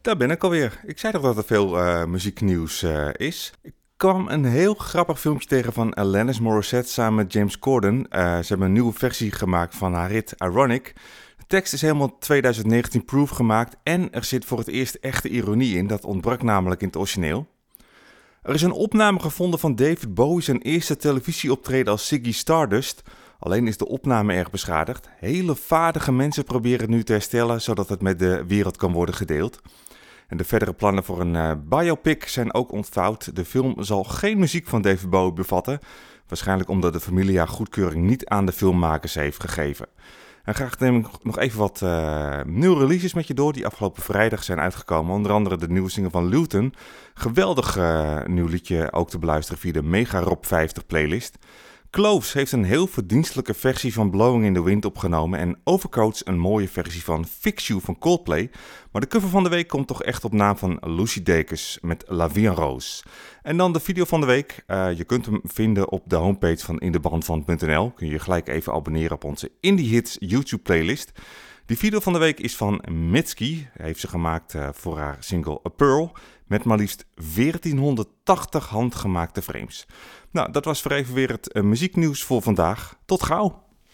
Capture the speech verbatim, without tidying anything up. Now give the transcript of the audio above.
Daar ben ik alweer. Ik zei toch dat er veel uh, muzieknieuws uh, is. Ik kwam een heel grappig filmpje tegen van Alanis Morissette samen met James Corden. Uh, ze hebben een nieuwe versie gemaakt van haar hit Ironic. De tekst is helemaal twintig negentien proof gemaakt en er zit voor het eerst echte ironie in. Dat ontbrak namelijk in het origineel. Er is een opname gevonden van David Bowie zijn eerste televisieoptreden als Ziggy Stardust. Alleen is de opname erg beschadigd. Hele vaardige mensen proberen het nu te herstellen, zodat het met de wereld kan worden gedeeld. En de verdere plannen voor een uh, biopic zijn ook ontvouwd. De film zal geen muziek van David Bowie bevatten. Waarschijnlijk omdat de familie haar goedkeuring niet aan de filmmakers heeft gegeven. En graag neem ik nog even wat uh, nieuwe releases met je door die afgelopen vrijdag zijn uitgekomen. Onder andere de nieuwe single van Luton. Geweldig uh, nieuw liedje ook te beluisteren via de Mega Rob vijftig playlist. Cloves heeft een heel verdienstelijke versie van Blowing in the Wind opgenomen en Overcoats een mooie versie van Fix You van Coldplay. Maar de cover van de week komt toch echt op naam van Lucy Dacus met La Vie en Rose. En dan de video van de week. Uh, je kunt hem vinden op de homepage van indebandvan punt n l. Kun je gelijk even abonneren op onze Indie Hits YouTube playlist. Die video van de week is van Mitski. Hij heeft ze gemaakt uh, voor haar single A Pearl. Met maar liefst veertienhonderdtachtig handgemaakte frames. Nou, dat was voor even weer het uh, muzieknieuws voor vandaag. Tot gauw!